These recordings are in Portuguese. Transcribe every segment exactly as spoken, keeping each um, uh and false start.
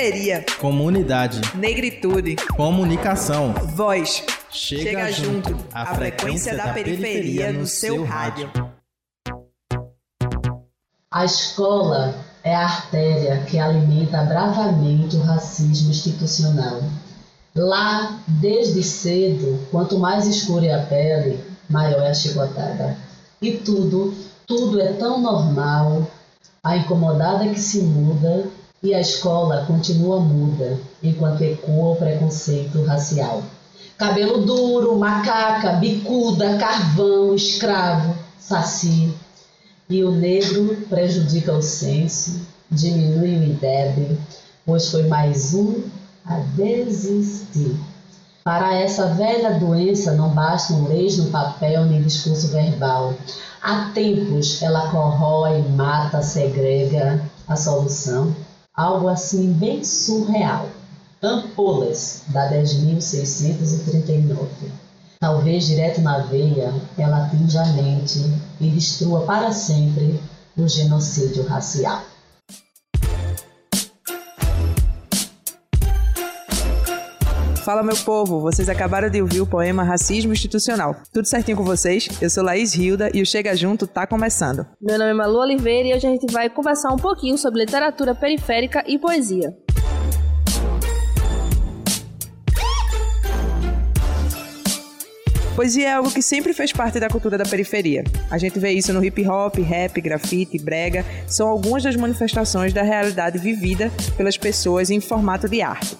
periferia, comunidade, negritude, comunicação, voz. Chega, Chega junto, junto, a frequência da periferia no seu rádio. A escola é a artéria que alimenta bravamente o racismo institucional. Lá, desde cedo, quanto mais escura é a pele, maior é a chicotada. E tudo, tudo é tão normal, a incomodada que se muda e a escola continua muda, enquanto ecoa o preconceito racial. Cabelo duro, macaca, bicuda, carvão, escravo, saci. E o negro prejudica o senso, diminui o indebe, pois foi mais um a desistir. Para essa velha doença não bastam leis no papel nem discurso verbal. Há tempos ela corrói, mata, segrega. A solução? Algo assim bem surreal. Ampolas, da dez mil seiscentos e trinta e nove. Talvez direto na veia ela atinja a mente e destrua para sempre o genocídio racial. Fala, meu povo, vocês acabaram de ouvir o poema Racismo Institucional. Tudo certinho com vocês? Eu sou Laís Hilda e o Chega Junto tá começando. Meu nome é Malu Oliveira e hoje a gente vai conversar um pouquinho sobre literatura periférica e poesia. Poesia é algo que sempre fez parte da cultura da periferia. A gente vê isso no hip hop, rap, grafite, brega. São algumas das manifestações da realidade vivida pelas pessoas em formato de arte.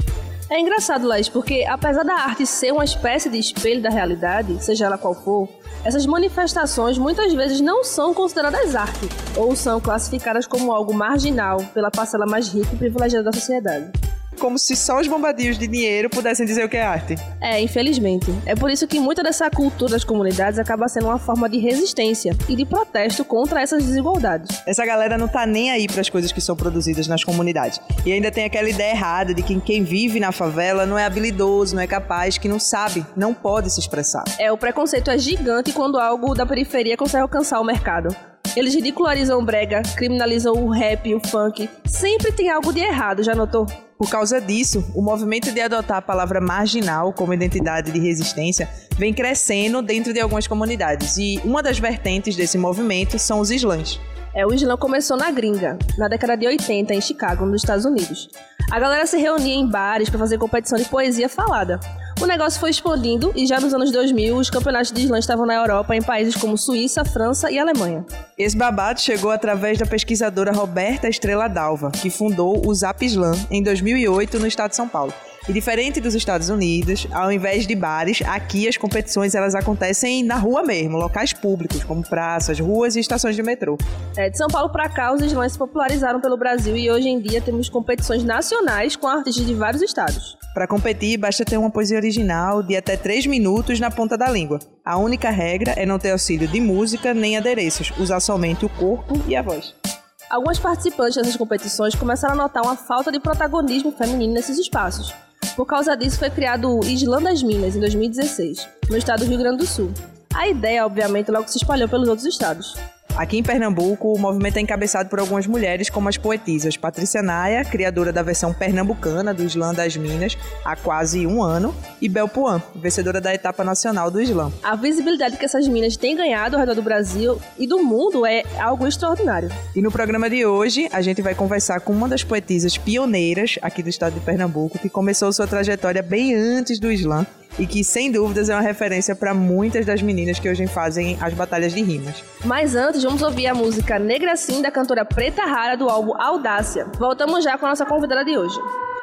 É engraçado, Laís, porque apesar da arte ser uma espécie de espelho da realidade, seja ela qual for, essas manifestações muitas vezes não são consideradas arte, ou são classificadas como algo marginal pela parcela mais rica e privilegiada da sociedade. Como se só os bombadinhos de dinheiro pudessem dizer o que é arte. É, infelizmente. É por isso que muita dessa cultura das comunidades acaba sendo uma forma de resistência e de protesto contra essas desigualdades. Essa galera não tá nem aí para as coisas que são produzidas nas comunidades. E ainda tem aquela ideia errada de que quem vive na favela não é habilidoso, não é capaz, que não sabe, não pode se expressar. É, o preconceito é gigante quando algo da periferia consegue alcançar o mercado. Eles ridicularizam o brega, criminalizam o rap e o funk. Sempre tem algo de errado, já notou? Por causa disso, o movimento de adotar a palavra marginal como identidade de resistência vem crescendo dentro de algumas comunidades. E uma das vertentes desse movimento são os slams. É, o slam começou na gringa, na década de oitenta, em Chicago, nos Estados Unidos. A galera se reunia em bares para fazer competição de poesia falada. O negócio foi expandindo e já nos anos dois mil os campeonatos de slam estavam na Europa, em países como Suíça, França e Alemanha. Esse babado chegou através da pesquisadora Roberta Estrela Dalva, que fundou o Zap Slam em dois mil e oito no estado de São Paulo. E diferente dos Estados Unidos, ao invés de bares, aqui as competições elas acontecem na rua mesmo, locais públicos, como praças, ruas e estações de metrô. É, de São Paulo para cá, os slams se popularizaram pelo Brasil e hoje em dia temos competições nacionais com artistas de vários estados. Para competir, basta ter uma poesia original de até três minutos na ponta da língua. A única regra é não ter auxílio de música nem adereços, usar somente o corpo e a voz. Algumas participantes dessas competições começaram a notar uma falta de protagonismo feminino nesses espaços. Por causa disso, foi criado o Slam das Minas, em dois mil e dezesseis, no estado do Rio Grande do Sul. A ideia, obviamente, logo se espalhou pelos outros estados. Aqui em Pernambuco, o movimento é encabeçado por algumas mulheres, como as poetisas Patrícia Naia, criadora da versão pernambucana do Slam das Minas há quase um ano, e Bel Puan, vencedora da etapa nacional do Slam. A visibilidade que essas minas têm ganhado ao redor do Brasil e do mundo é algo extraordinário. E no programa de hoje, a gente vai conversar com uma das poetisas pioneiras aqui do estado de Pernambuco, que começou sua trajetória bem antes do Slam, e que, sem dúvidas, é uma referência para muitas das meninas que hoje fazem as batalhas de rimas. Mas antes, vamos ouvir a música Negra Assim, da cantora Preta Rara, do álbum Audácia. Voltamos já com a nossa convidada de hoje.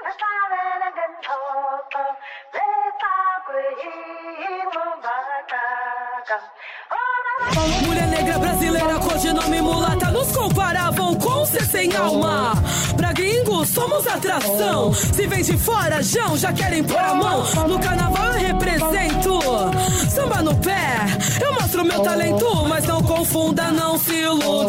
Mulher negra brasileira, codinome mulata, nos comparavam com ser sem alma. Pra gringos somos atração, se vem de fora, Jão, já querem pôr a mão. No carnaval eu represento, samba no pé, eu mostro meu talento. Mas não confunda, não se iluda,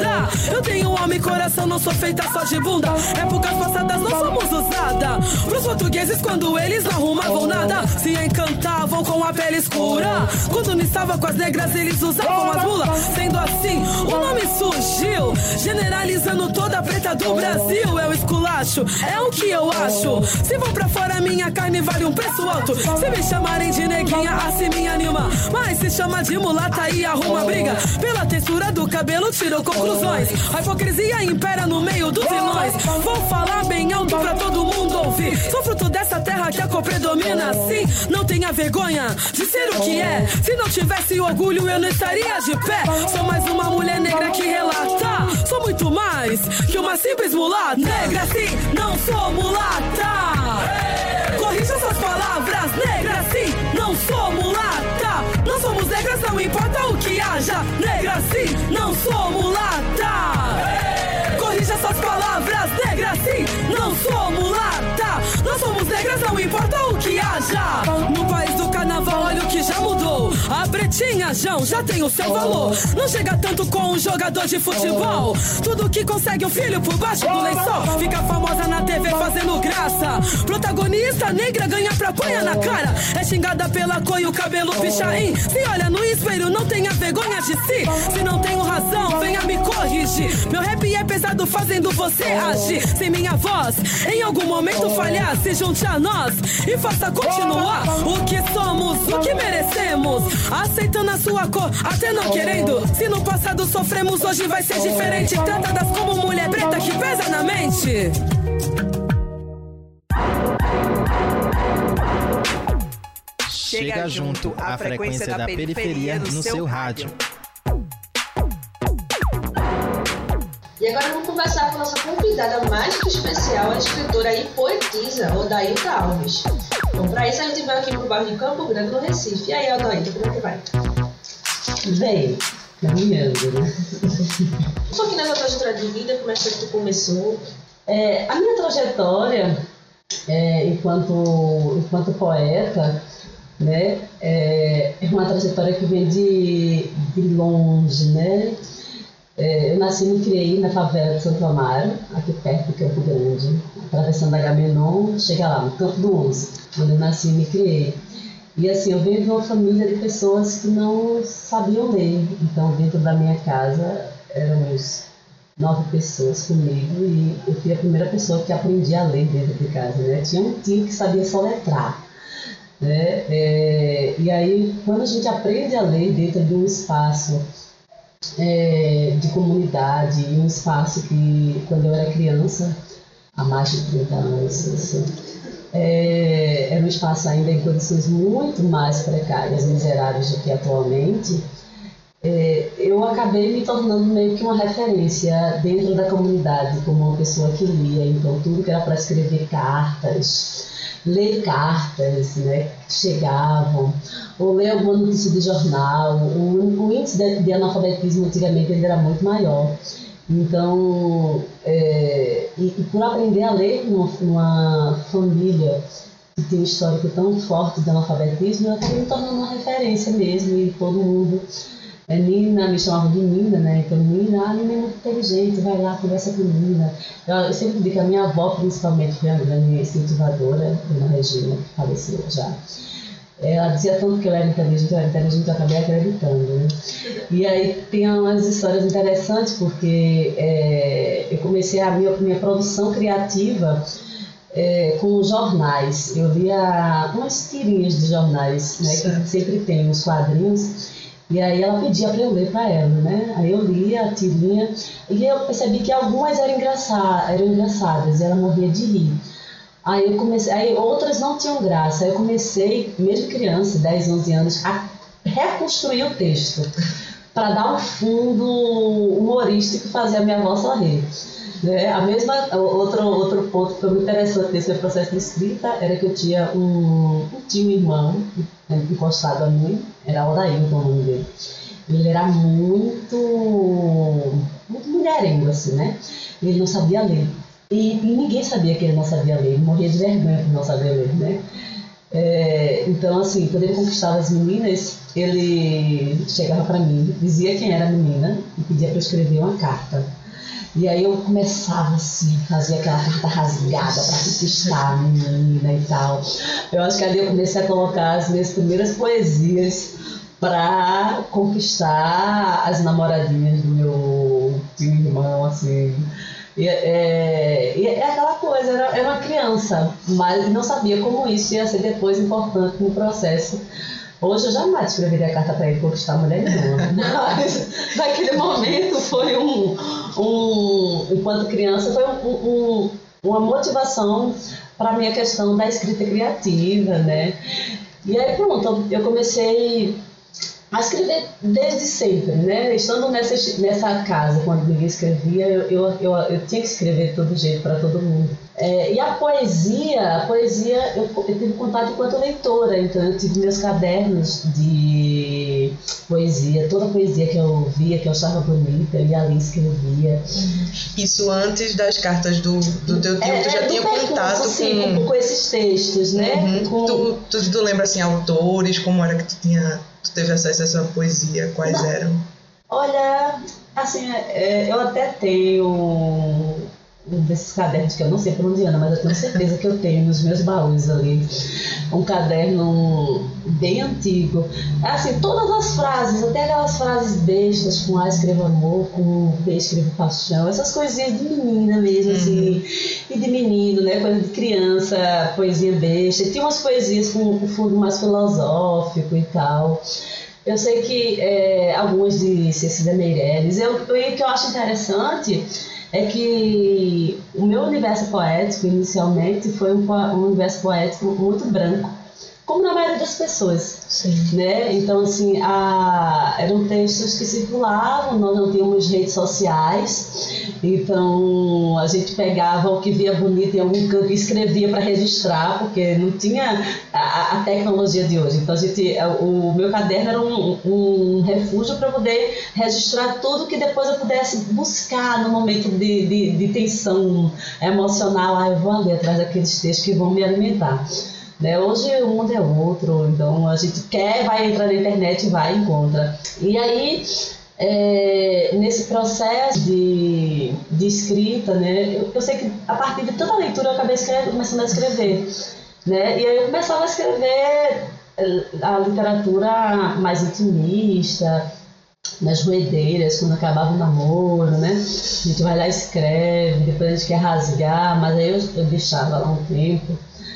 Eu tenho alma e coração, não sou feita só de bunda. Épocas passadas não somos usada pros portugueses quando eles não arrumavam nada. Se encantavam com a pele escura. Quando não estava com as negras, eles usavam as mulas. Sendo assim, o nome surgiu, generalizando toda a preta do Brasil. É o esculacho, é o que eu acho. Se vou pra fora, minha carne vale um preço alto. Se me chamarem de neguinha, assim me anima. Mas se chama de mulata e arruma briga. Pela textura do cabelo, tirou conclusões. A hipocrisia impera no meio dos vilões. Vou falar bem alto pra todo mundo ouvir. Sou fruto dessa terra que a cor predomina. Sim, não tenha vergonha de ser o que é. Se não tivesse orgulho, eu não estaria de pé. Sou mais uma mulher negra que relata. Sou muito mais que uma simples mulata. Negra sim, não sou mulata. Corrija suas palavras. Negra sim, não sou mulata. Não somos negras, não importa o que haja. Negra sim, não sou mulata. Corrija suas palavras. Negra sim, não sou mulata. Nós somos negras, não importa o que haja. No país do carnaval, olha o que já mudou. A pretinha Jão já tem o seu valor. Não chega tanto com um jogador de futebol. Tudo que consegue o filho por baixo do lençol. Fica famosa na T V fazendo graça. Protagonista negra ganha pra apanha na cara. É xingada pela cor e o cabelo pichain. Se olha no espelho, não tenha vergonha de si. Se não tenho razão, venha me corrigir. Meu rap é pesado fazendo você agir. Se minha voz em algum momento falhar, se junte a nós e faça continuar o que somos, o que merecemos. Aceitando a sua cor, até não querendo. Se no passado sofremos, hoje vai ser diferente. Tratadas como mulher preta que pesa na mente. Chega junto, a frequência da periferia no seu rádio. E agora vamos conversar com a nossa convidada mais que especial, a escritora e poetisa, Odaíta Alves. Bom, para isso a gente veio aqui pro bairro de Campo Grande, no Recife. E aí, Odaíta, como é que vai? Bem, caminhando, né? Um pouquinho da sua trajetória de vida, como é que tu começou? É, a minha trajetória, é, enquanto, enquanto poeta, né, é, é uma trajetória que vem de, de longe, né? É, eu nasci e me criei na favela de Santo Amaro, aqui perto de Campo Grande, atravessando a Agamenon, chega lá, no Campo do Onze, onde eu nasci e me criei. E assim, eu venho de uma família de pessoas que não sabiam ler, então dentro da minha casa éramos nove pessoas comigo e eu fui a primeira pessoa que aprendi a ler dentro de casa, né? Tinha um tio que sabia soletrar, né? É, e aí, quando a gente aprende a ler dentro de um espaço É, de comunidade, e um espaço que, quando eu era criança, há mais de trinta anos, assim, é, era um espaço ainda em condições muito mais precárias, miseráveis do que atualmente, é, eu acabei me tornando meio que uma referência dentro da comunidade, como uma pessoa que lia, então tudo que era para escrever cartas, ler cartas, né, que chegavam, ou ler alguma notícia de jornal. O, o índice de, de analfabetismo antigamente ele era muito maior. Então, é, e, e por aprender a ler numa, numa família que tem um histórico tão forte de analfabetismo, eu acabei me tornando uma referência mesmo, e todo mundo, é, Nina, me chamava de Nina, né? Então, Nina, ah, Nina é muito inteligente, vai lá, conversa com Nina. Eu, eu sempre digo que a minha avó, principalmente, foi a grande incentivadora, Dona Regina, que faleceu já. Ela dizia tanto que eu era inteligente, eu era inteligente, eu acabei acreditando, né? E aí tem umas histórias interessantes, porque é, eu comecei a minha, minha produção criativa é, com jornais. Eu lia umas tirinhas de jornais, né, que sempre tem uns quadrinhos. E aí ela pedia para eu ler para ela, né? Aí eu lia a tirinha e eu percebi que algumas eram, engraçadas, eram engraçadas e ela morria de rir. Aí eu comecei, aí outras não tinham graça. Aí eu comecei, mesmo criança, dez, onze anos, a reconstruir o texto para dar um fundo humorístico e fazer a minha avó sorrir. Né? A mesma, outro, outro ponto que foi muito interessante nesse meu processo de escrita era que eu tinha um, um tio irmão encostado a mim, era Odaíta o nome dele. Ele era muito, muito mulherengo, assim, né? Ele não sabia ler. E, e ninguém sabia que ele não sabia ler, ele morria de vergonha por não saber ler, né? É, então, assim, quando ele conquistava as meninas, ele chegava para mim, dizia quem era a menina e pedia para eu escrever uma carta. E aí eu começava assim, fazia aquela carta rasgada para conquistar a menina e tal. Eu acho que ali eu comecei a colocar as minhas primeiras poesias para conquistar as namoradinhas do meu tio irmão, assim. E é, e é aquela coisa, era, era uma criança, mas não sabia como isso ia ser depois importante no processo. Hoje eu jamais escreveria carta para ele conquistar a mulher nenhuma, mas naquele momento foi um, um enquanto criança, foi um, um, uma motivação para a minha questão da escrita criativa, né? E aí pronto, eu comecei a escrever desde sempre, né? Estando nessa, nessa casa, quando ninguém escrevia, eu, eu, eu, eu tinha que escrever de todo jeito, para todo mundo. É, e a poesia, a poesia eu, eu tive contato enquanto leitora, então eu tive meus cadernos de poesia, toda a poesia que eu via, que eu achava bonita, eu ia ali e escrevia. Isso antes das cartas do, do teu tio, é, tu já é, tinha percurso, contato assim, com... com esses textos, né? Uhum. Com... Tu, tu, tu lembra, assim, autores, como era que tu tinha... Tu teve acesso a essa poesia? Quais Não. eram? Olha, assim, é, eu até tenho um desses cadernos que eu não sei por onde anda, mas eu tenho certeza que eu tenho nos meus baús ali. Um caderno bem antigo. Assim, todas as frases, até aquelas frases bestas, com A escrevo amor, com B escrevo paixão, essas coisinhas de menina mesmo, uhum. assim, e de menino, né? Coisa de criança, poesia besta. Tinha umas poesias com um fundo mais filosófico e tal. Eu sei que é, algumas de Cecília Meirelles, eu, o que eu acho interessante é que o meu universo poético, inicialmente, foi um, um universo poético muito branco, como na maioria das pessoas. Sim. Né? Então, assim, a, eram textos que circulavam, nós não tínhamos redes sociais, então a gente pegava o que via bonito em algum canto e escrevia para registrar, porque não tinha a, a tecnologia de hoje. Então, a gente, o meu caderno era um, um refúgio para poder registrar tudo que depois eu pudesse buscar no momento de, de, de tensão emocional. Ah, eu vou ali atrás daqueles textos que vão me alimentar. Né? Hoje o mundo é outro, então a gente quer, vai entrar na internet e vai e encontra. E aí, é, nesse processo de, de escrita, né, eu, eu sei que a partir de toda a leitura eu acabei escreve, começando a escrever. Né? E aí eu começava a escrever a literatura mais intimista, nas roedeiras, quando acabava o namoro, né? A gente vai lá e escreve, depois a gente quer rasgar, mas aí eu, eu deixava lá um tempo.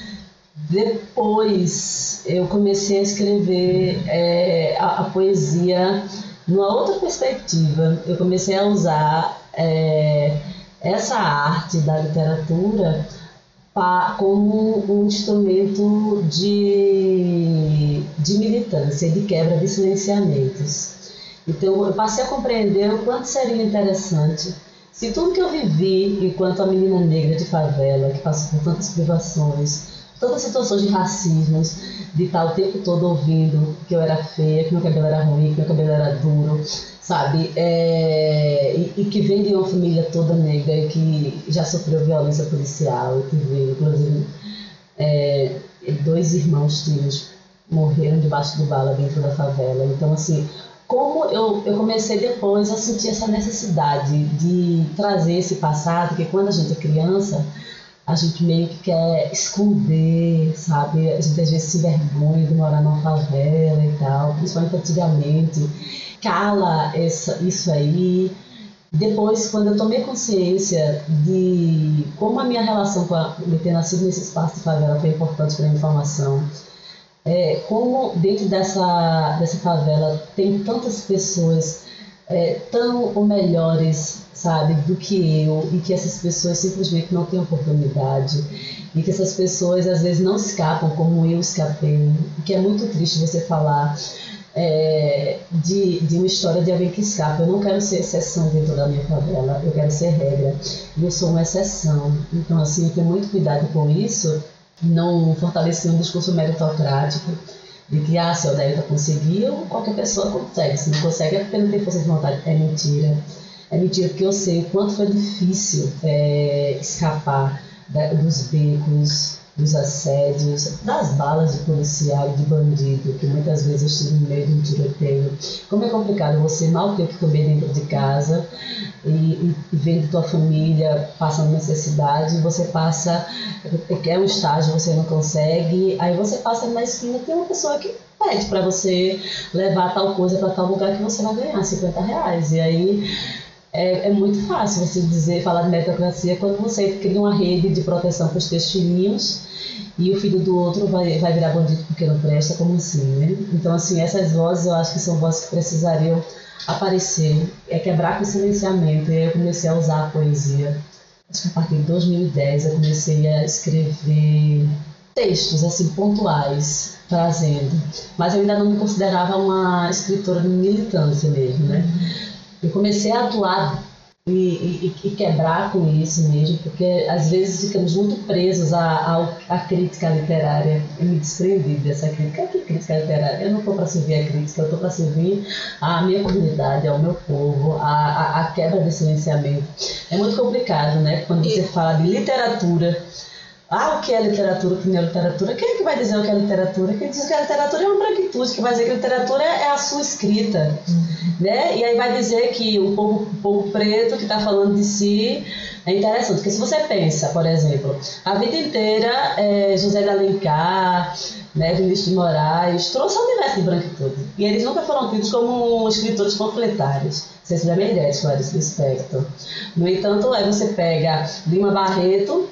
Depois eu comecei a escrever é, a, a poesia numa outra perspectiva. Eu comecei a usar é, essa arte da literatura pa, como um instrumento de, de militância, de quebra de silenciamentos. Então eu passei a compreender o quanto seria interessante se tudo que eu vivi enquanto a menina negra de favela, que passou por tantas privações, tantas situações de racismo, de estar o tempo todo ouvindo que eu era feia, que meu cabelo era ruim, que meu cabelo era duro, sabe? É, e, e que vem de uma família toda negra e que já sofreu violência policial, que veio, inclusive, é, dois irmãos tios morreram debaixo do bala dentro da favela. Então, assim, como eu, eu comecei depois a sentir essa necessidade de trazer esse passado, que quando a gente é criança, a gente meio que quer esconder, sabe? A gente às vezes se envergonha de morar numa favela e tal, principalmente antigamente. Cala essa, isso aí. Depois, quando eu tomei consciência de como a minha relação com a, de ter nascido nesse espaço de favela foi importante para a minha formação, é, como dentro dessa, dessa favela tem tantas pessoas é, tão ou melhores, sabe, do que eu, e que essas pessoas simplesmente não têm oportunidade, e que essas pessoas às vezes não escapam como eu escapei, que é muito triste você falar é, de, de uma história de alguém que escapa. Eu não quero ser exceção dentro da minha favela, eu quero ser regra, e eu sou uma exceção. Então, assim, eu tenho muito cuidado com isso, não fortalecer um discurso meritocrático, de que, ah, se a Odailton conseguiu, qualquer pessoa consegue. Se não consegue é porque não tem força de vontade. É mentira. É mentira, porque eu sei o quanto foi difícil é, escapar da, dos becos, dos assédios, das balas de policial e de bandido, que muitas vezes eu estive no meio de um tiroteio. Como é complicado você mal ter o que comer dentro de casa e, e, e vendo tua família passando necessidade, você passa, quer um estágio, você não consegue, aí você passa na esquina, tem uma pessoa que pede para você levar tal coisa para tal lugar que você vai ganhar cinquenta reais. E aí é, é muito fácil você dizer, falar de meritocracia quando você cria uma rede de proteção para os teus filhinhos e o filho do outro vai, vai virar bandido porque não presta, como assim, né? Então, assim, essas vozes eu acho que são vozes que precisariam aparecer, é quebrar com o silenciamento. E aí eu comecei a usar a poesia. Acho que a partir de dois mil e dez eu comecei a escrever textos, assim, pontuais, trazendo. Mas eu ainda não me considerava uma escritora de militância mesmo, né? Eu comecei a atuar e, e, e quebrar com isso mesmo, porque às vezes ficamos muito presos à, à, à crítica literária. Eu me desprendi dessa crítica. Que crítica literária? Eu não estou para servir a crítica, eu estou para servir à minha comunidade, ao meu povo, à, à, à quebra desse silenciamento. É muito complicado, né? Quando você fala de literatura. Ah, o que é literatura, o que não é literatura? Quem é que vai dizer o que é literatura? Quem diz que a literatura é uma branquitude, que vai dizer que a literatura é a sua escrita. Uhum. Né? E aí vai dizer que o povo, o povo preto que está falando de si é interessante. Porque se você pensa, por exemplo, a vida inteira é, José de Alencar, né, Vinícius de Moraes, trouxe um universo de branquitude. E eles nunca foram tidos como escritores panfletários. Vocês tiveram uma ideia de Clarice Lispector. No entanto, aí você pega Lima Barreto,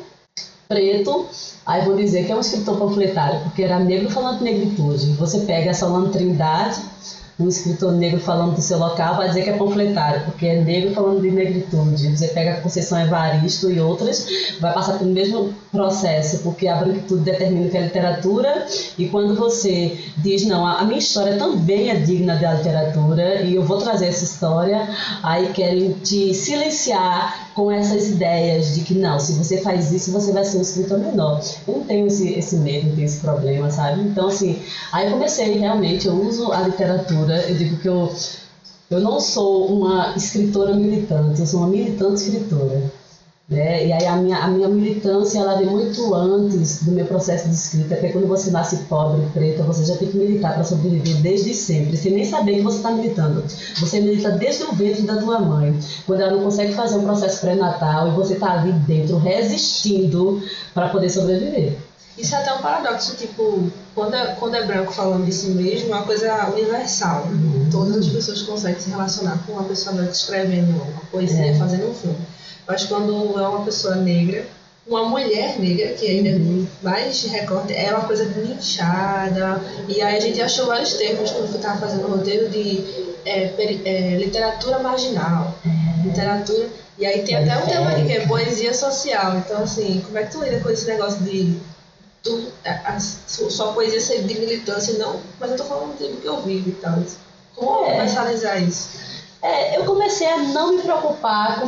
preto, aí vou dizer que é um escritor panfletário, porque era negro falando de negritude. Você pega Solano Trindade, um escritor negro falando do seu local, vai dizer que é panfletário, porque é negro falando de negritude. Você pega Conceição Evaristo e outras, vai passar pelo mesmo processo, porque a branquitude determina o que é literatura, e quando você diz, não, a minha história também é digna da literatura, e eu vou trazer essa história, aí querem te silenciar com essas ideias de que, não, se você faz isso, você vai ser um escritor menor. Eu não tenho esse, esse medo, não tenho esse problema, sabe? Então, assim, aí eu comecei, realmente, eu uso a literatura. Eu digo que eu, eu não sou uma escritora militante, eu sou uma militante escritora. Né? E aí a minha, a minha militância, ela vem muito antes do meu processo de escrita, porque quando você nasce pobre, preta, você já tem que militar para sobreviver desde sempre, sem nem saber que você está militando. Você milita desde o ventre da tua mãe, quando ela não consegue fazer um processo pré-natal e você está ali dentro resistindo para poder sobreviver. Isso é até um paradoxo, tipo, quando é, quando é branco falando de si mesmo, é uma coisa universal. Uhum. Todas as pessoas conseguem se relacionar com uma pessoa branca escrevendo uma poesia, é. fazendo um filme. Mas quando é uma pessoa negra, uma mulher negra, que ainda uhum. mais recorte, é uma coisa nichada. E aí a gente achou vários termos quando eu estava fazendo o roteiro de é, peri, é, literatura marginal, uhum. literatura... E aí tem até um tema aqui que é poesia social. Então, assim, como é que tu lida com esse negócio de... Tu, a, a, sua poesia ser de militância, não, mas eu tô falando do que eu vivo e tal. Como é. comercializar isso? É, eu comecei a não me preocupar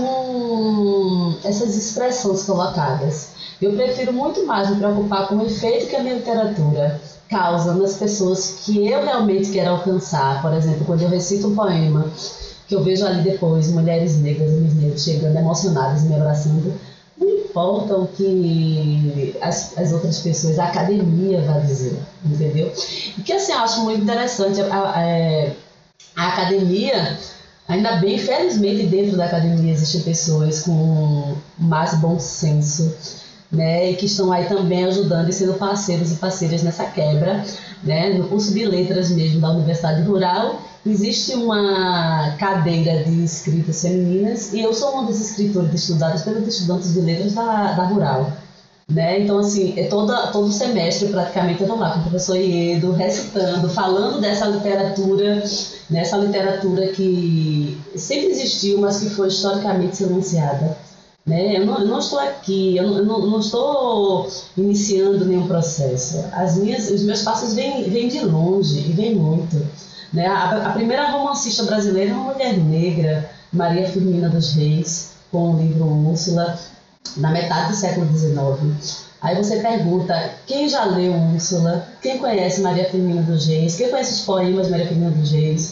com essas expressões colocadas. Eu prefiro muito mais me preocupar com o efeito que a minha literatura causa nas pessoas que eu realmente quero alcançar. Por exemplo, quando eu recito um poema, que eu vejo ali depois mulheres negras e homens negros chegando emocionadas e me abraçando, não importa o que as, as outras pessoas, a academia vai dizer, entendeu? E que assim, eu acho muito interessante, a, a, a academia, ainda bem, felizmente dentro da academia existem pessoas com mais bom senso, né, e que estão aí também ajudando e sendo parceiros e parceiras nessa quebra, né, no curso de letras mesmo da Universidade Rural. Existe uma cadeira de escritas femininas e eu sou uma das escritoras estudadas pelos estudantes de letras da, da Rural. Né? Então, assim, é toda, todo semestre praticamente eu estou lá com o professor Iedo, recitando, falando dessa literatura, nessa literatura que sempre existiu, mas que foi historicamente silenciada. Né? Eu, não, eu não estou aqui, eu não, eu não, não estou iniciando nenhum processo. As minhas, os meus passos vêm, vêm de longe e vêm muito. Né? A, a primeira romancista brasileira é uma mulher negra, Maria Firmina dos Reis, com o livro Úrsula, na metade do século dezenove. Aí você pergunta, quem já leu Úrsula? Quem conhece Maria Firmina dos Reis? Quem conhece os poemas de Maria Firmina dos Reis?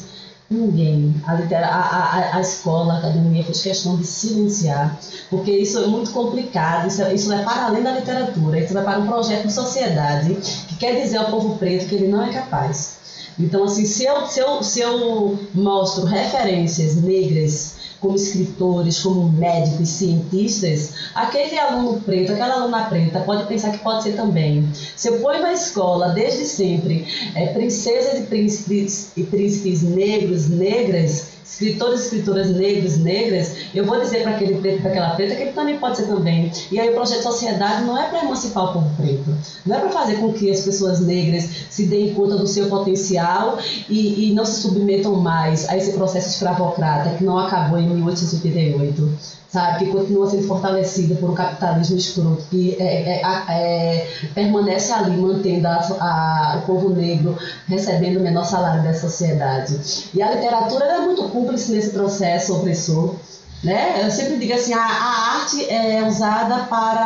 Ninguém. A, litera, a, a, a escola, a academia fez questão de silenciar, porque isso é muito complicado, isso, é, isso vai para além da literatura, isso vai para um projeto de sociedade que quer dizer ao povo preto que ele não é capaz. Então, assim, se eu, se eu, se eu mostro referências negras como escritores, como médicos, cientistas, aquele aluno preto, aquela aluna preta pode pensar que pode ser também. Se eu ponho na escola, desde sempre, é, princesas e príncipes, e príncipes negros, negras, escritores e escritoras negros, negras, eu vou dizer para aquele preto, para aquela preta, que ele também pode ser também. E aí o projeto de sociedade não é para emancipar o povo preto, não é para fazer com que as pessoas negras se deem conta do seu potencial e, e não se submetam mais a esse processo escravocrata que não acabou em mil oitocentos e oitenta e oito, sabe, que continua sendo fortalecido por um capitalismo escroto que é, é, é, permanece ali, mantendo a, a, o povo negro recebendo o menor salário da sociedade. E a literatura é muito cúmplice nesse processo opressor, né? Eu sempre digo assim, a, a arte é usada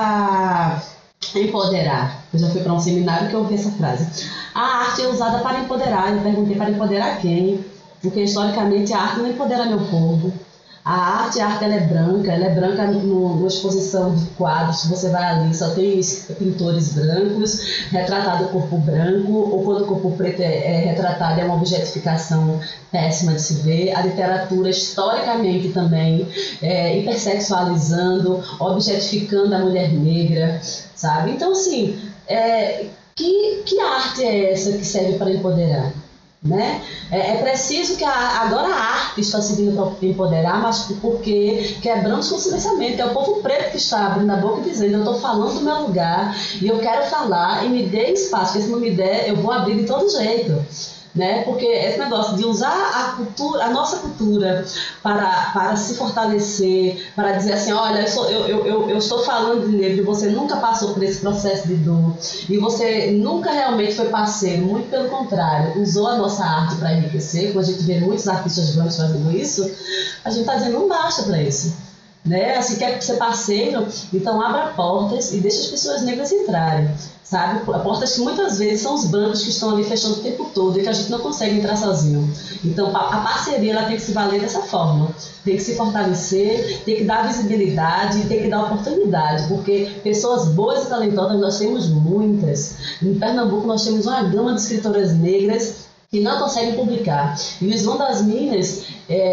para empoderar. Eu já fui para um seminário que eu ouvi essa frase. A arte é usada para empoderar. Eu perguntei para empoderar quem? Porque historicamente a arte não empodera meu povo. A arte, a arte ela é branca, ela é branca no, numa exposição de quadros, você vai ali, só tem pintores brancos, retratado o corpo branco, ou quando o corpo preto é, é retratado é uma objetificação péssima de se ver. A literatura, historicamente também, é, hipersexualizando, objetificando a mulher negra, sabe? Então, assim, é, que, que arte é essa que serve para empoderar? Né? É, é preciso que a, agora a arte está se vindo para empoderar, mas porque quebramos com o silenciamento. É o povo preto que está abrindo a boca e dizendo: eu estou falando do meu lugar e eu quero falar, e me dê espaço, porque se não me der eu vou abrir de todo jeito. Né? Porque esse negócio de usar a, cultura, a nossa cultura para, para se fortalecer, para dizer assim, olha, eu, sou, eu, eu, eu, eu estou falando de negro e você nunca passou por esse processo de dor e você nunca realmente foi parceiro, muito pelo contrário, usou a nossa arte para enriquecer, como a gente vê muitos artistas brancos fazendo isso, a gente está dizendo não basta para isso. Né? Assim, quer ser parceiro, então abra portas e deixa as pessoas negras entrarem, sabe? Portas que muitas vezes são os bancos que estão ali fechando o tempo todo e que a gente não consegue entrar sozinho. Então a parceria ela tem que se valer dessa forma, tem que se fortalecer, tem que dar visibilidade, tem que dar oportunidade, porque pessoas boas e talentosas nós temos muitas. Em Pernambuco nós temos uma gama de escritoras negras que não conseguem publicar. E o Islã das Minas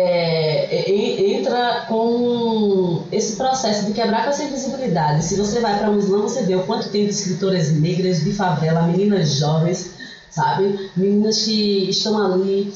é, é, entra com esse processo de quebrar com essa invisibilidade. Se você vai para o Islã, você vê o quanto tem de escritoras negras de favela, meninas jovens, sabe? Meninas que estão ali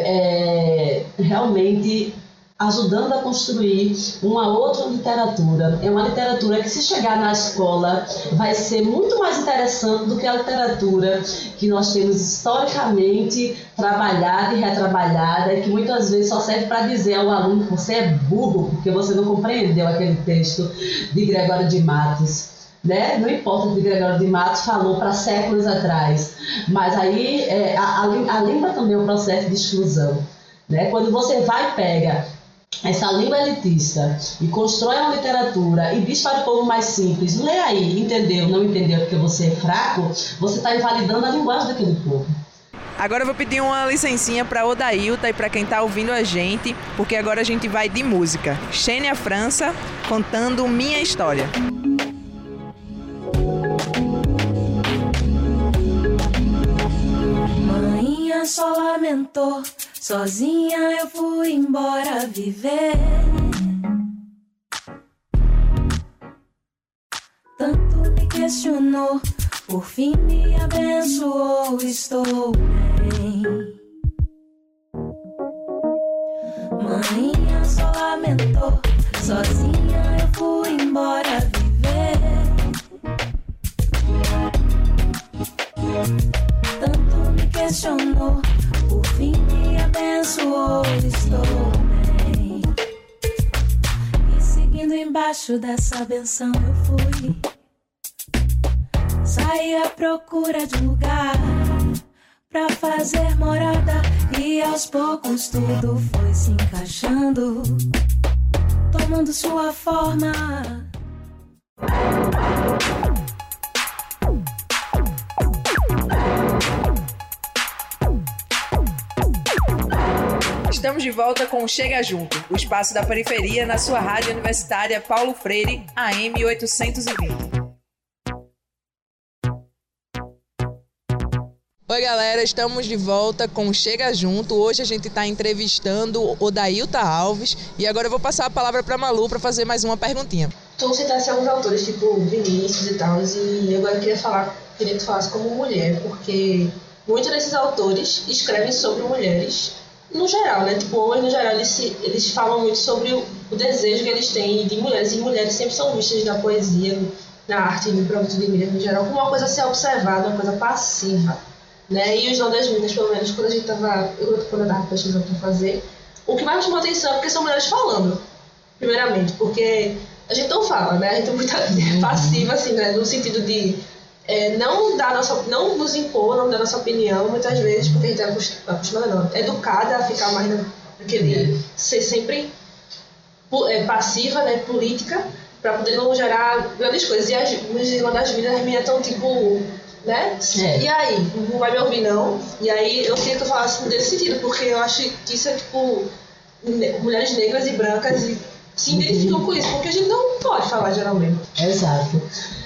é, é, realmente ajudando a construir uma outra literatura. É uma literatura que, se chegar na escola, vai ser muito mais interessante do que a literatura que nós temos historicamente trabalhada e retrabalhada, e que muitas vezes só serve para dizer ao aluno que você é burro porque você não compreendeu aquele texto de Gregório de Matos. Né? Não importa o que Gregório de Matos falou para séculos atrás, mas aí é, a, a, a língua também é um processo de exclusão. Né? Quando você vai e pega essa língua elitista e constrói uma literatura e diz para o povo mais simples, lê aí, entendeu, não entendeu porque você é fraco, você está invalidando a linguagem daquele povo. Agora eu vou pedir uma licencinha para Odailta e para quem está ouvindo a gente, porque agora a gente vai de música. Xênia França contando Minha História. Mãinha só lamentou, sozinha eu fui embora viver. Tanto me questionou, por fim me abençoou, estou bem. Mãinha só lamentou, sozinha eu fui embora viver. Tanto me questionou, por fim me abençoou, estou bem. E seguindo embaixo dessa benção eu fui. Saí à procura de um lugar pra fazer morada, e aos poucos tudo foi se encaixando, tomando sua forma. Estamos de volta com o Chega Junto, o espaço da periferia na sua rádio universitária Paulo Freire, A M oitocentos e vinte. Oi galera, estamos de volta com o Chega Junto. Hoje a gente está entrevistando o Odailta Alves e agora eu vou passar a palavra para Malu para fazer mais uma perguntinha. Tu citasse alguns autores, tipo Vinícius e tal, e agora eu queria falar, queria que tu falasse como mulher, porque muitos desses autores escrevem sobre mulheres no geral, né? Tipo, homens no geral, eles, se, eles falam muito sobre o, o desejo que eles têm de mulheres, e mulheres sempre são vistas na poesia, na arte, no produto de mídia no geral, como uma coisa a ser observada, uma coisa passiva. Né? E os Não das Minas, pelo menos quando a gente tava, eu quando eu tava pesquisando para fazer, o que mais me chamou atenção é porque são mulheres falando, primeiramente, porque a gente não fala, né? A gente é muito passiva, assim, né? No sentido de é, não dar nossa, não nos impor, não dar nossa opinião, muitas vezes, porque a gente é acostumada, não, é educada a ficar mais naquele, ser sempre é, passiva, né? Política, para poder não gerar grandes coisas. E as, nos Irmãs das Minas, as meninas estão tipo. Né? É. E aí, não vai me ouvir não? E aí eu queria que eu falasse nesse sentido, porque eu acho que isso é tipo mulheres negras e brancas e se identificam com isso, porque a gente não pode falar geralmente. Exato.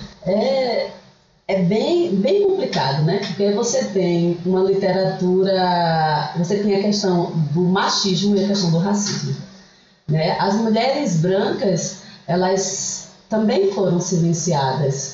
É, é bem, bem complicado, né? Porque você tem uma literatura, você tem a questão do machismo e a questão do racismo, né? As mulheres brancas, elas também foram silenciadas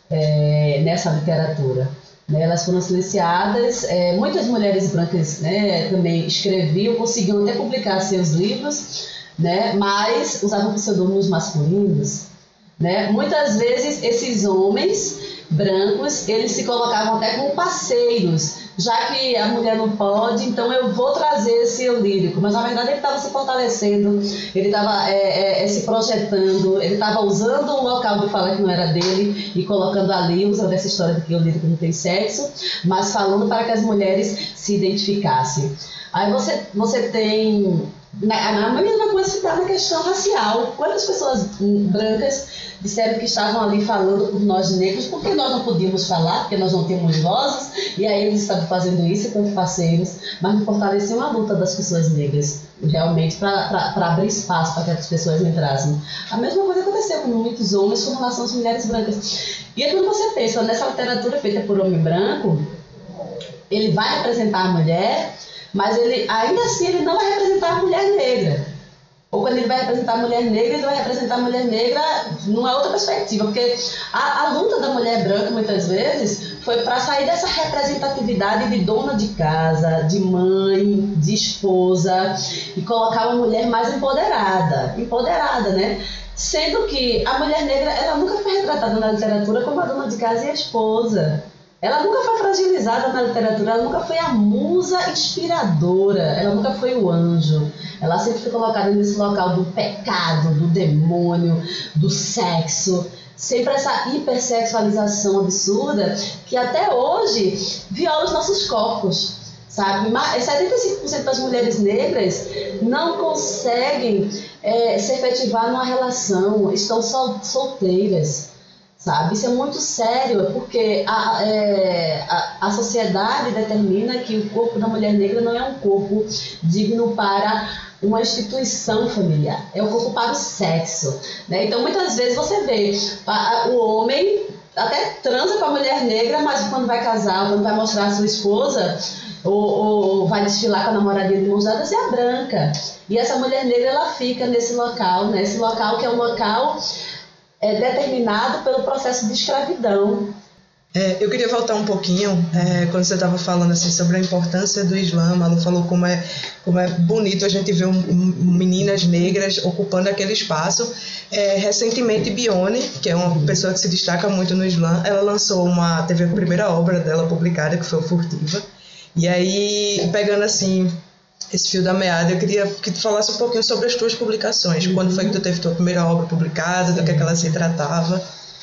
É, nessa literatura, né? Elas foram silenciadas, é, muitas mulheres brancas, né, também escreviam, conseguiam até publicar seus livros, né, mas usavam pseudônimos masculinos, né? Muitas vezes esses homens brancos, eles se colocavam até como parceiros, já que a mulher não pode, então eu vou trazer esse eu lírico, mas na verdade ele estava se fortalecendo, ele estava é, é, se projetando, ele estava usando um local de fala que não era dele e colocando ali, usando essa história de que o lírico não tem sexo, mas falando para que as mulheres se identificassem. Aí você, você tem, na, na mesma coisa se dá na questão racial, quantas pessoas brancas disseram que estavam ali falando por nós negros, porque nós não podíamos falar, porque nós não temos vozes, e aí eles estavam fazendo isso como parceiros, mas não fortaleciam a luta das pessoas negras, realmente, para abrir espaço para que as pessoas entrassem. A mesma coisa aconteceu com muitos homens com relação às mulheres brancas. E aí quando você pensa nessa literatura feita por homem branco, ele vai representar a mulher, mas ele, ainda assim ele não vai representar a mulher negra. Ou quando ele vai representar a mulher negra, ele vai representar a mulher negra numa outra perspectiva, porque a, a luta da mulher branca, muitas vezes, foi para sair dessa representatividade de dona de casa, de mãe, de esposa, e colocar uma mulher mais empoderada, empoderada, né? Sendo que a mulher negra, ela nunca foi retratada na literatura como a dona de casa e a esposa. Ela nunca foi fragilizada na literatura, ela nunca foi a musa inspiradora, ela nunca foi o anjo. Ela sempre foi colocada nesse local do pecado, do demônio, do sexo. Sempre essa hipersexualização absurda que até hoje viola os nossos corpos, sabe? setenta e cinco por cento das mulheres negras não conseguem é, se efetivar numa relação, estão sol, solteiras. Sabe? Isso é muito sério, porque a, é, a, a sociedade determina que o corpo da mulher negra não é um corpo digno para uma instituição familiar, é um corpo para o sexo, né? Então muitas vezes você vê a, a, o homem até transa com a mulher negra, mas quando vai casar, quando vai mostrar a sua esposa, ou, ou vai desfilar com a namoradinha de mãos dadas, é a branca. E essa mulher negra, ela fica nesse local, né? Esse local que é um local é determinado pelo processo de escravidão. É, eu queria voltar um pouquinho, é, quando você estava falando assim, sobre a importância do Islã. A Malu falou como é, como é bonito a gente ver um, um, meninas negras ocupando aquele espaço. É, recentemente, Bione, que é uma pessoa que se destaca muito no Islã, ela lançou uma, teve a primeira obra dela publicada, que foi o Furtiva. E aí, pegando assim esse fio da meada, eu queria que tu falasse um pouquinho sobre as tuas publicações. Quando foi que tu teve tua primeira obra publicada, do que, é que ela se tratava?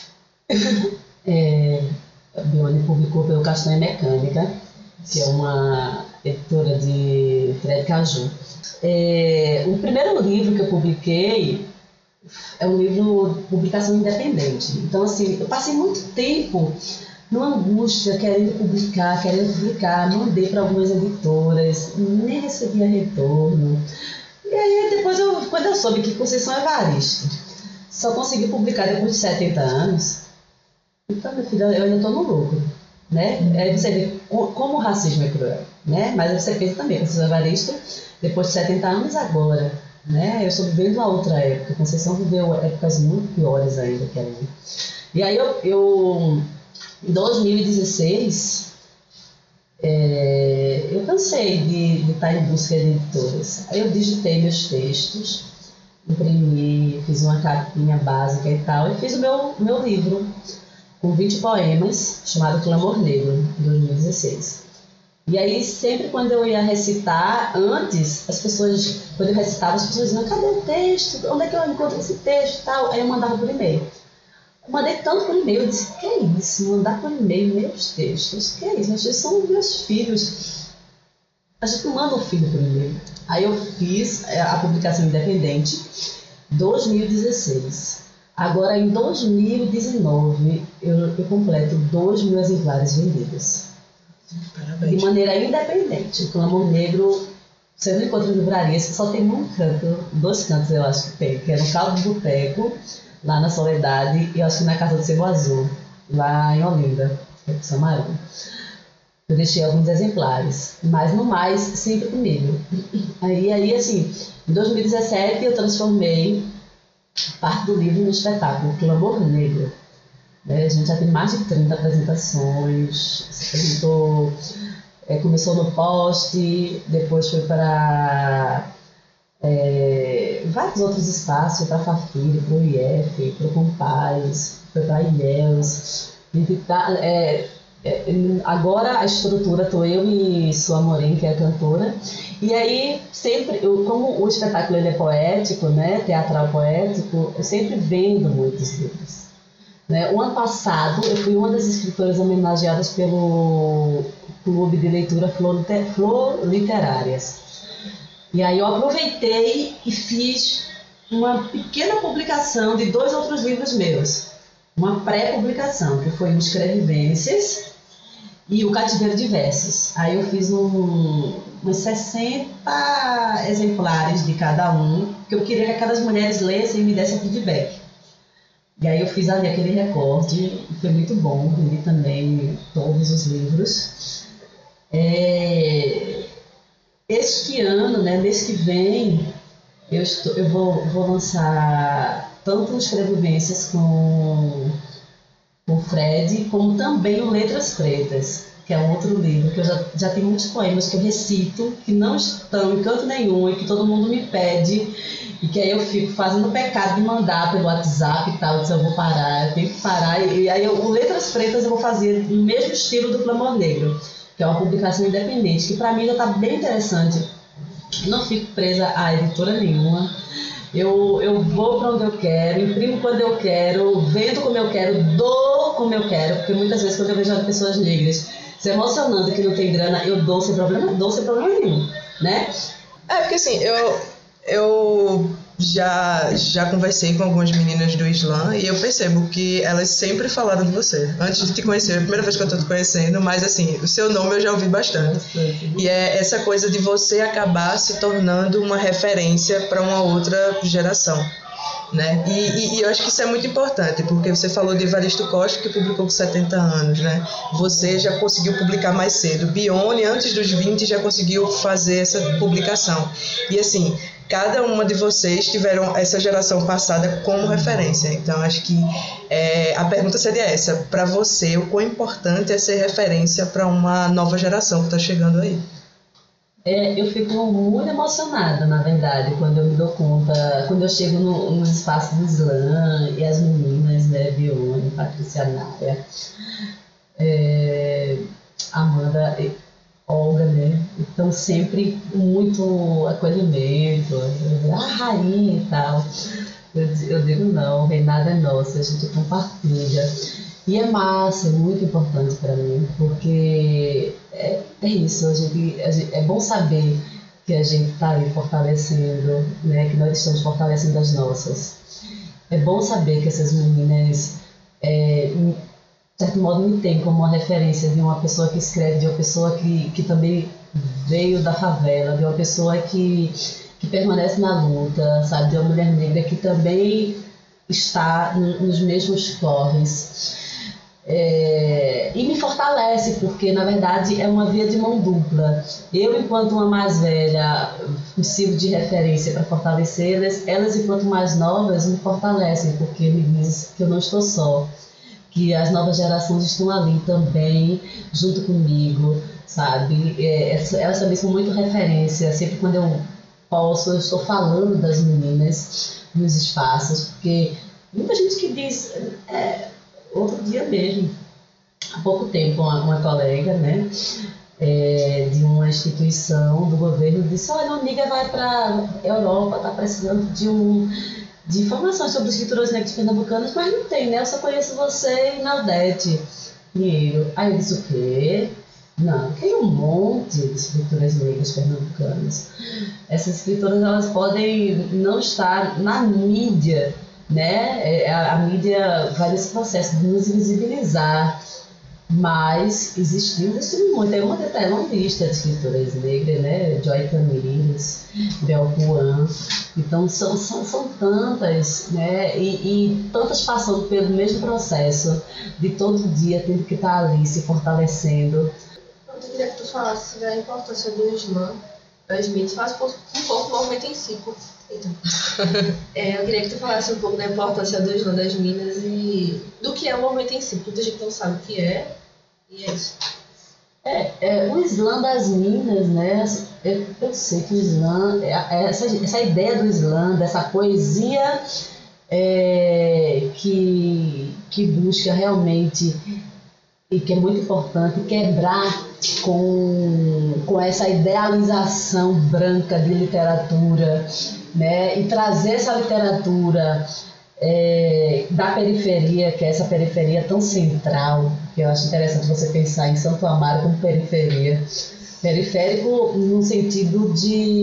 É, a Bione publicou pelo Castanha Mecânica, que é uma editora de Fred Caju. É, o primeiro livro que eu publiquei é um livro de publicação independente. Então, assim, eu passei muito tempo numa angústia, querendo publicar, querendo publicar, mandei para algumas editoras, nem recebia retorno. E aí depois, eu, quando eu soube que Conceição Evaristo só consegui publicar depois de setenta anos, então, meu filho, eu ainda estou no lucro, né? Aí você vê como o racismo é cruel, né? Mas você pensa também, Conceição Evaristo, depois de setenta anos, agora, né? Eu estou vivendo uma outra época, Conceição viveu épocas muito piores ainda que a minha. E aí eu, eu em dois mil e dezesseis, é, eu cansei de, de estar em busca de editoras. Aí eu digitei meus textos, imprimi, fiz uma capinha básica e tal, e fiz o meu, meu livro com vinte poemas, chamado Clamor Negro, em dois mil e dezesseis. E aí, sempre quando eu ia recitar, antes, as pessoas, quando eu recitava, as pessoas diziam, cadê o texto? Onde é que eu encontro esse texto e tal? Aí eu mandava por e-mail. Eu mandei tanto por e-mail, eu disse, que é isso? Mandar por e-mail meus textos? Que é isso? Meus textos são meus filhos. A gente não manda um filho por e-mail. Aí eu fiz a publicação independente, dois mil e dezesseis. Agora, em dois mil e dezenove, eu, eu completo dois mil exemplares vendidos. Parabéns. De maneira independente. O Clamor Negro, você não encontra em livrarias, só tem um canto, dois cantos eu acho que tem, que é no Caldo do Boteco, lá na Soledade, e eu acho que na Casa do Sebo Azul, lá em Olinda, que é pro Samarão. Eu deixei alguns exemplares, mas no mais, sempre comigo. Aí, aí assim, em dois mil e dezessete eu transformei parte do livro no espetáculo Clamor Negro. É, a gente já tem mais de trinta apresentações, se apresentou, é, começou no Poste, depois foi para é, vários outros espaços, foi para a Fafiri, para o I F, para o Compaz, foi para a Ilhéus. É, é, agora a estrutura estou eu e Sua Moren, que é a cantora, e aí sempre, eu, como o espetáculo ele é poético, né, teatral poético, eu sempre vendo muitos livros. Né? O ano passado, eu fui uma das escritoras homenageadas pelo Clube de Leitura Flor, Flor Literárias. E aí eu aproveitei e fiz uma pequena publicação de dois outros livros meus. Uma pré-publicação, que foi o Escrevivências e o Cativeiro de Versos. Aí eu fiz um, uns sessenta exemplares de cada um, que eu queria que aquelas mulheres lessem e me dessem feedback. E aí eu fiz ali aquele recorte, foi muito bom, li também todos os livros. É, este ano, né, mês que vem, eu, estou, eu vou, vou lançar tanto o Escrevivências com, com o Fred, como também o Letras Pretas, que é um outro livro, que eu já, já tenho muitos poemas que eu recito, que não estão em canto nenhum e que todo mundo me pede, e que aí eu fico fazendo o pecado de mandar pelo WhatsApp e tal, eu disse, eu vou parar, eu tenho que parar, e, e aí eu, o Letras Pretas eu vou fazer no mesmo estilo do Clamor Negro, que é uma publicação independente, que para mim já está bem interessante, não fico presa a editora nenhuma, eu, eu vou para onde eu quero, imprimo quando eu quero, vendo como eu quero, dou como eu quero, porque muitas vezes quando eu vejo as pessoas negras se emocionando que não tem grana, eu dou sem problema, dou sem problema nenhum, né? É, porque assim, eu, eu já, já conversei com algumas meninas do Islã e eu percebo que elas sempre falaram de você. Antes de te conhecer, é a primeira vez que eu tô te conhecendo, mas assim, o seu nome eu já ouvi bastante. E é essa coisa de você acabar se tornando uma referência para uma outra geração. Né? E, e, e eu acho que isso é muito importante, porque você falou de Evaristo Costa, que publicou com setenta anos, né? Você já conseguiu publicar mais cedo. Bione, antes dos vinte, já conseguiu fazer essa publicação. E assim, cada uma de vocês tiveram essa geração passada como referência. Então, acho que é, a pergunta seria essa. Para você, o quão importante é ser referência para uma nova geração que está chegando aí? É, eu fico muito emocionada, na verdade, quando eu me dou conta, quando eu chego no, no espaço do Islã e as meninas, né, Bione, Patrícia Nária, é, Amanda e Olga, né, estão sempre muito acolhimento, a rainha e tal. Eu, eu digo não, o reinado é nosso, a gente compartilha. E é massa, é muito importante para mim, porque é, é isso, a gente, a gente, é bom saber que a gente está ali fortalecendo, né, que nós estamos fortalecendo as nossas. É bom saber que essas meninas é, de certo modo, me tem como uma referência de uma pessoa que escreve, de uma pessoa que, que também veio da favela, de uma pessoa que, que permanece na luta, sabe? De uma mulher negra que também está nos mesmos corres. É, e me fortalece, porque na verdade é uma via de mão dupla. Eu, enquanto uma mais velha, sirvo de referência para fortalecê-las, elas, enquanto mais novas, me fortalecem, porque me dizem que eu não estou só, que as novas gerações estão ali também, junto comigo, sabe? É, elas também são muito referência. Sempre quando eu posso, eu estou falando das meninas nos espaços, porque muita gente que diz... É, outro dia mesmo, há pouco tempo, uma, uma colega, né, é, de uma instituição do governo disse: olha, uma amiga vai para a Europa, está precisando de, um, de informações sobre os escritores negros pernambucanos, mas não tem, né? Eu só conheço você e Naldete Pinheiro. Aí eu disse: o quê? Não, tem um monte de escritoras negras pernambucanas. Essas escritoras, elas podem não estar na mídia, né? A, a mídia vai nesse processo de nos visibilizar, mas existiu, existiu muito. Tem uma, tem uma lista de escritoras negras, né? Joy Tamires, Bel Puan. Então são, são, são tantas, né? E, e tantas passando pelo mesmo processo de todo dia tendo que estar ali se fortalecendo. Eu queria que tu falasse da importância do Islã, das mídias, faz um pouco o movimento em si. Então, é, eu queria que tu falasse um pouco da importância do Islã das Minas e do que é o movimento em si, porque muita gente não sabe o que é, e é isso. É, é, o Islã das Minas, né? Eu, eu sei que o Islã, é, essa, essa ideia do Islã, dessa poesia é, que, que busca realmente, e que é muito importante, quebrar com, com essa idealização branca de literatura, né, e trazer essa literatura é, da periferia, que é essa periferia tão central, que eu acho interessante você pensar em Santo Amaro como periferia. Periférico no sentido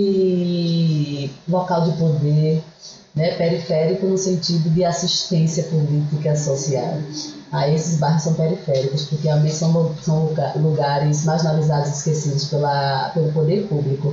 de local de poder, né, periférico no sentido de assistência política social. Aí esses bairros são periféricos, porque realmente são, são lugares marginalizados e esquecidos pela, pelo poder público.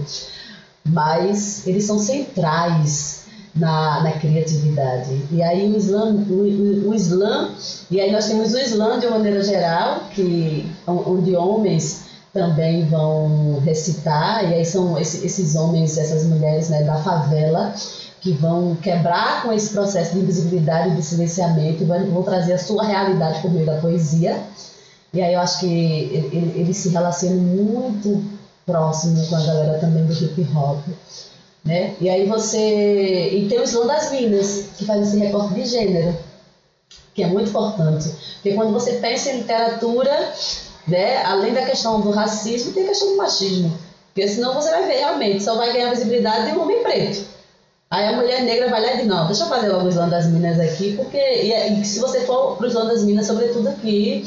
Mas eles são centrais na, na criatividade. E aí o Islã, o, o Islã, e aí nós temos o Islã de uma maneira geral, que, onde homens também vão recitar, e aí são esses, esses homens, essas mulheres, né, da favela, que vão quebrar com esse processo de invisibilidade e de silenciamento, e vão, vão trazer a sua realidade por meio da poesia. E aí eu acho que ele, ele, ele se relaciona muito próximo com a galera também do hip hop, né? E aí você... E tem o Islã das Minas, que faz esse recorte de gênero, que é muito importante. Porque quando você pensa em literatura, né, além da questão do racismo, tem a questão do machismo. Porque senão você vai ver realmente, só vai ganhar visibilidade de um homem preto. Aí a mulher negra vai lá e diz: não, deixa eu fazer logo o Islã das Minas aqui, porque e, e se você for para o Islã das Minas, sobretudo aqui,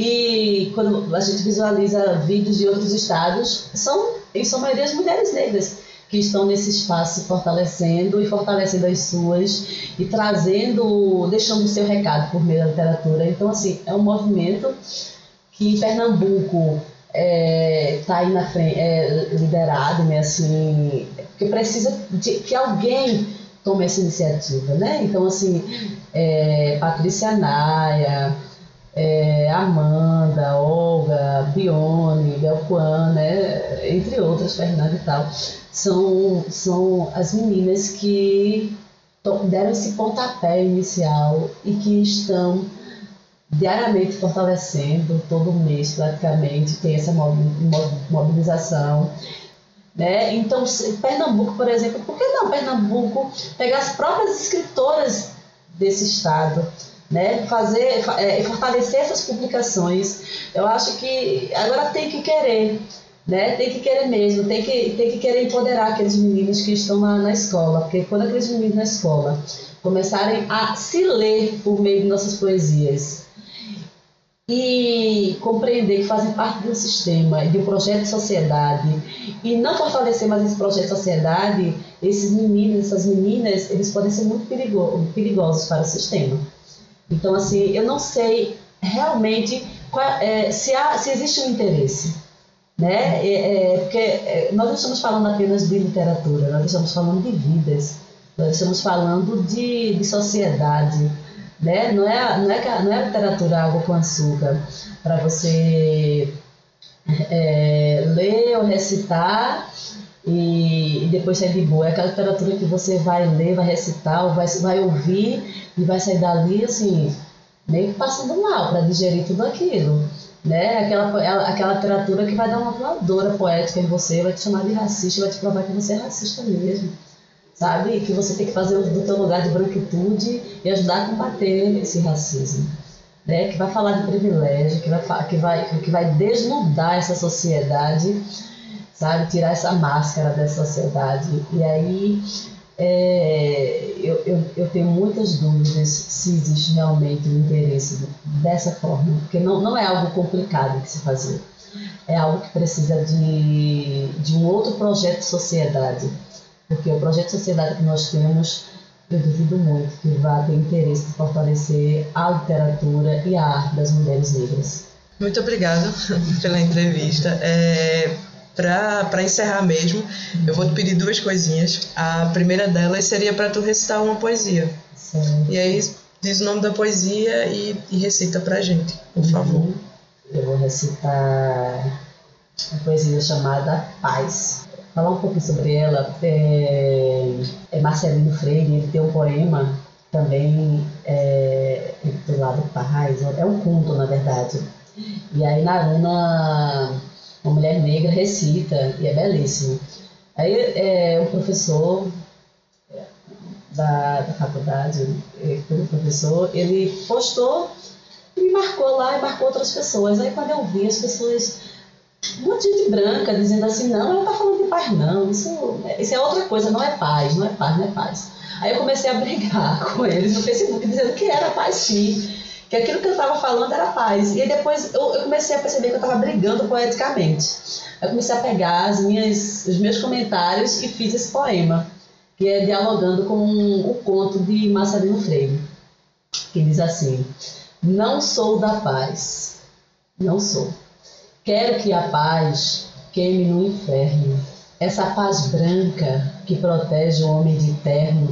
e quando a gente visualiza vídeos de outros estados, são, em sua maioria, as mulheres negras que estão nesse espaço fortalecendo e fortalecendo as suas e trazendo, deixando o seu recado por meio da literatura. Então, assim, é um movimento que em Pernambuco está é, aí na frente, é liderado, né, assim, que precisa de que alguém tome essa iniciativa, né? Então, assim, é, Patrícia Naia, é, Amanda, Olga, Bione, Belpuan, né, entre outras, Fernanda e tal, são, são as meninas que deram esse pontapé inicial e que estão diariamente fortalecendo, todo mês praticamente tem essa mobilização, né? Então, Pernambuco, por exemplo, por que não Pernambuco pegar as próprias escritoras desse estado, né? Fazer, é, fortalecer essas publicações? Eu acho que agora tem que querer, né? Tem que querer mesmo, tem que, tem que querer empoderar aqueles meninos que estão na, na escola, porque quando aqueles meninos na escola começarem a se ler por meio de nossas poesias, e compreender que fazem parte de um sistema, de um projeto de sociedade, e não fortalecer mais esse projeto de sociedade, esses meninos, essas meninas, eles podem ser muito perigo- perigosos para o sistema. Então, assim, eu não sei realmente é, se, há, se existe um interesse. Né? É, é, porque é, nós não estamos falando apenas de literatura, nós estamos falando de vidas, nós estamos falando de, de sociedade. Né? Não, é, não, é, não é literatura água com açúcar para você é, ler ou recitar e, e depois sair de boa. É aquela literatura que você vai ler, vai recitar, ou vai, vai ouvir e vai sair dali assim, meio que passando mal para digerir tudo aquilo. Né? Aquela, aquela literatura que vai dar uma voadora poética em você, vai te chamar de racista, vai te provar que você é racista mesmo. Sabe? Que você tem que fazer uso do teu lugar de branquitude e ajudar a combater esse racismo. Né? Que vai falar de privilégio, que vai, que, vai, que vai desnudar essa sociedade, sabe? Tirar essa máscara dessa sociedade. E aí é, eu, eu, eu tenho muitas dúvidas se existe realmente um interesse dessa forma, porque não, não é algo complicado de se fazer. É algo que precisa de, de um outro projeto de sociedade. Porque o projeto de sociedade que nós temos, eu duvido muito que vá ter interesse de fortalecer a literatura e a arte das mulheres negras. Muito obrigada pela entrevista. É, Para encerrar mesmo, eu vou te pedir duas coisinhas. A primeira delas seria para tu recitar uma poesia. Sim. E aí diz o nome da poesia e, e recita pra gente, por favor. Eu vou recitar a poesia chamada Paz. Falar um pouco sobre ela, é, é Marcelino Freire, ele tem um poema também é, intitulado Paz, é um conto na verdade. E aí Naruna, uma mulher negra, recita e é belíssimo. Aí é, um professor da, da faculdade, um professor, ele postou e me marcou lá e marcou outras pessoas. Aí quando eu vi as pessoas... um monte de gente branca dizendo assim, não, ela não está falando de paz não, isso, isso é outra coisa, não é paz, não é paz, não é paz. Aí eu comecei a brigar com eles no Facebook, dizendo que era paz sim, que aquilo que eu estava falando era paz. E aí depois eu, eu comecei a perceber que eu estava brigando poeticamente. Aí eu comecei a pegar as minhas, os meus comentários e fiz esse poema, que é dialogando com o conto de Marcelino Freire, que diz assim, não sou da paz, não sou. Quero que a paz queime no inferno, essa paz branca que protege o homem de terno,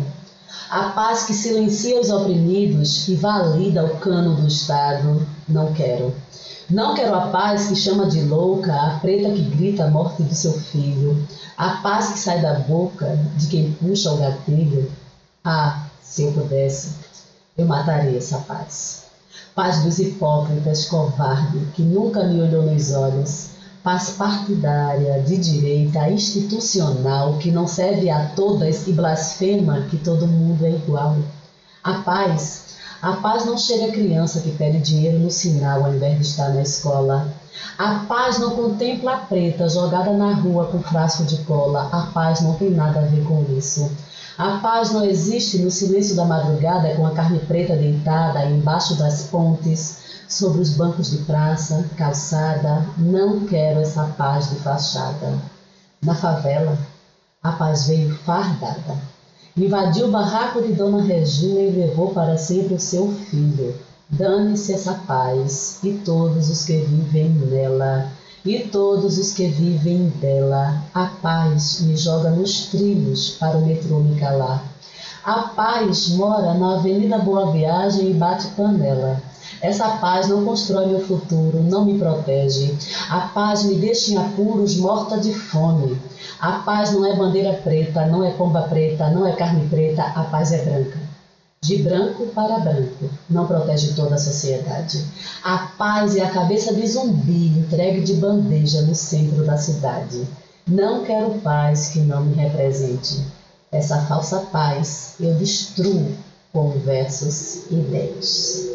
a paz que silencia os oprimidos e valida o cano do Estado, não quero. Não quero a paz que chama de louca a preta que grita a morte do seu filho, a paz que sai da boca de quem puxa o gatilho. Ah, se eu pudesse, eu mataria essa paz. Paz dos hipócritas, covarde, que nunca me olhou nos olhos. Paz partidária, de direita, institucional, que não serve a todas e blasfema que todo mundo é igual. A paz, a paz não chega a criança que pede dinheiro no sinal ao invés de estar na escola. A paz não contempla a preta jogada na rua com frasco de cola. A paz não tem nada a ver com isso. A paz não existe no silêncio da madrugada com a carne preta deitada embaixo das pontes, sobre os bancos de praça, calçada. Não quero essa paz de fachada. Na favela, a paz veio fardada. Invadiu o barraco de Dona Regina e levou para sempre o seu filho. Dane-se essa paz e todos os que vivem nela. E todos os que vivem dela, a paz me joga nos trilhos para o metrô me calar. A paz mora na Avenida Boa Viagem e bate panela. Essa paz não constrói meu futuro, não me protege. A paz me deixa em apuros, morta de fome. A paz não é bandeira preta, não é pomba preta, não é carne preta, a paz é branca. De branco para branco, não protege toda a sociedade. A paz é a cabeça de zumbi entregue de bandeja no centro da cidade. Não quero paz que não me represente. Essa falsa paz eu destruo com versos e ideias.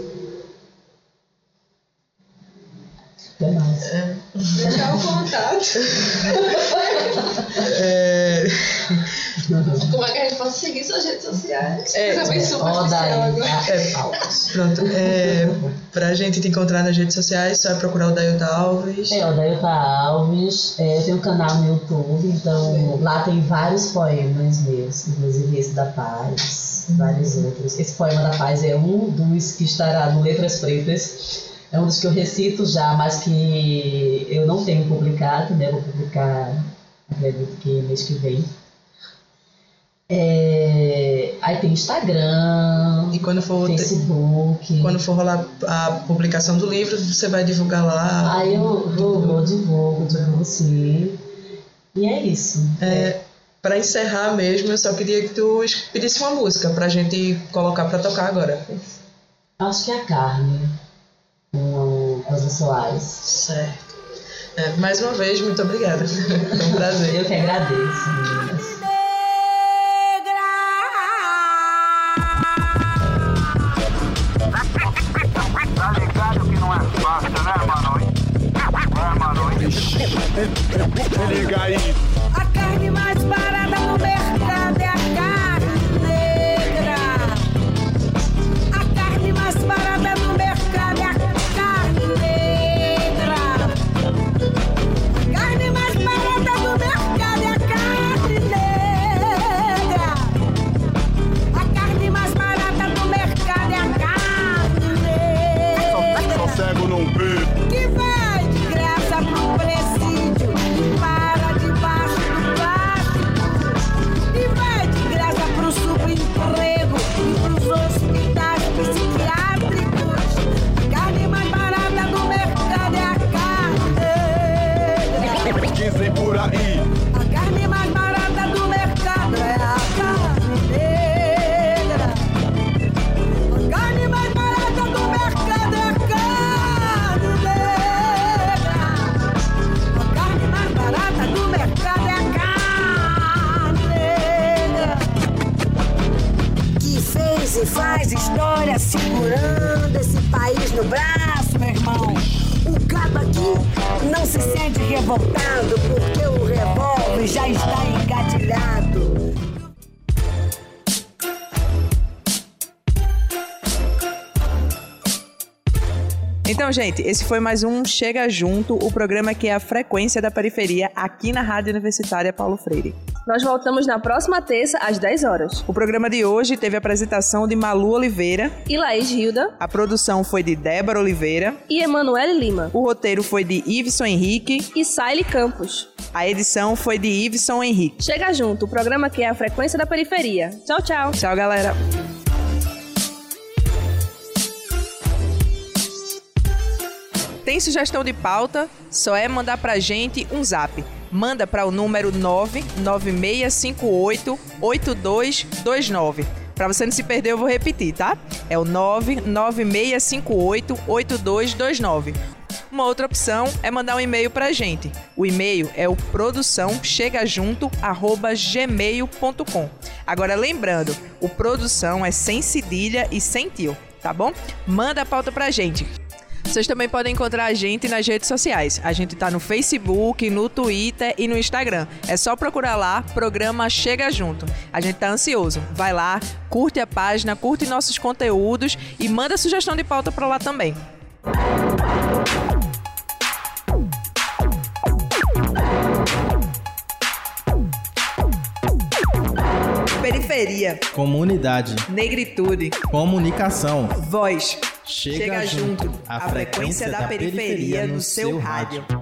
O que mais? É. Deixar o contato. É... Como é que a gente pode seguir suas redes sociais? É, Coisa bem superficial agora. É, pronto. É, pra gente te encontrar nas redes sociais, só é procurar o Dailton Alves. É, o Dailton Alves. É, eu tenho um canal no YouTube, então é. Lá tem vários poemas meus, inclusive esse da Paz, vários outros. Esse poema da Paz é um dos que estará no Letras Pretas, é um dos que eu recito já, mas que eu não tenho publicado, né? Vou publicar, acredito que mês que vem. É, aí tem Instagram, e quando for Facebook. Ter, quando for rolar a publicação do livro, você vai divulgar lá? Aí eu vou, vou divulgo, divulgo sim. E é isso. É, para encerrar mesmo, eu só queria que tu pedisse uma música pra gente colocar pra tocar agora. Acho que é a Carne, com Rosa Soares. Certo. É, mais uma vez, muito obrigada. Foi um prazer. Eu que agradeço, meninas. Tá ligado que não é fácil, né, mano? É, mano. Se liga aí. A carne mais barata no mercado é a carne negra. A carne mais barata no mercado é a carne negra. A carne mais barata no mercado é a carne negra. A carne mais barata no mercado é a carne negra. Só cego não vê. Que vai de graça pro presídio, para debaixo do plástico. E vai de graça pro subemprego e pros hospitais psiquiátricos. A carne mais barata do mercado é a carne negra. Dizem por aí. A carne mais barata do mercado é a carne negra. A carne mais barata do mercado é a carne negra. A carne mais barata do mercado é a carne negra. Que fez e faz história segurando esse país no braço, meu irmão. O cabo aqui não se sente revoltado porque o revólver já está engatilhado. Então, gente, esse foi mais um Chega Junto, o programa que é a frequência da periferia aqui na Rádio Universitária Paulo Freire. Nós voltamos na próxima terça, às dez horas. O programa de hoje teve a apresentação de Malu Oliveira e Laís Hilda. A produção foi de Débora Oliveira e Emanuele Lima. O roteiro foi de Iveson Henrique e Saile Campos. A edição foi de Iveson Henrique. Chega Junto, o programa que é a frequência da periferia. Tchau, tchau. Tchau, galera. Tem sugestão de pauta? Só é mandar pra gente um zap. Manda para o número nove nove seis cinco oito oito dois dois nove. Para você não se perder, eu vou repetir, tá? É o nove nove seis cinco oito oito dois dois nove. Uma outra opção é mandar um e-mail pra gente. O e-mail é o produção chega junto arroba gmail ponto com. Agora lembrando, o produção é sem cedilha e sem tio, tá bom? Manda a pauta pra gente. Vocês também podem encontrar a gente nas redes sociais. A gente tá no Facebook, no Twitter e no Instagram. É só procurar lá, programa Chega Junto. A gente tá ansioso. Vai lá, curte a página, curte nossos conteúdos e manda sugestão de pauta pra lá também. Periferia. Comunidade. Negritude. Comunicação. Voz. Chega, Chega junto. A frequência, frequência da, da periferia, periferia no seu rádio. rádio.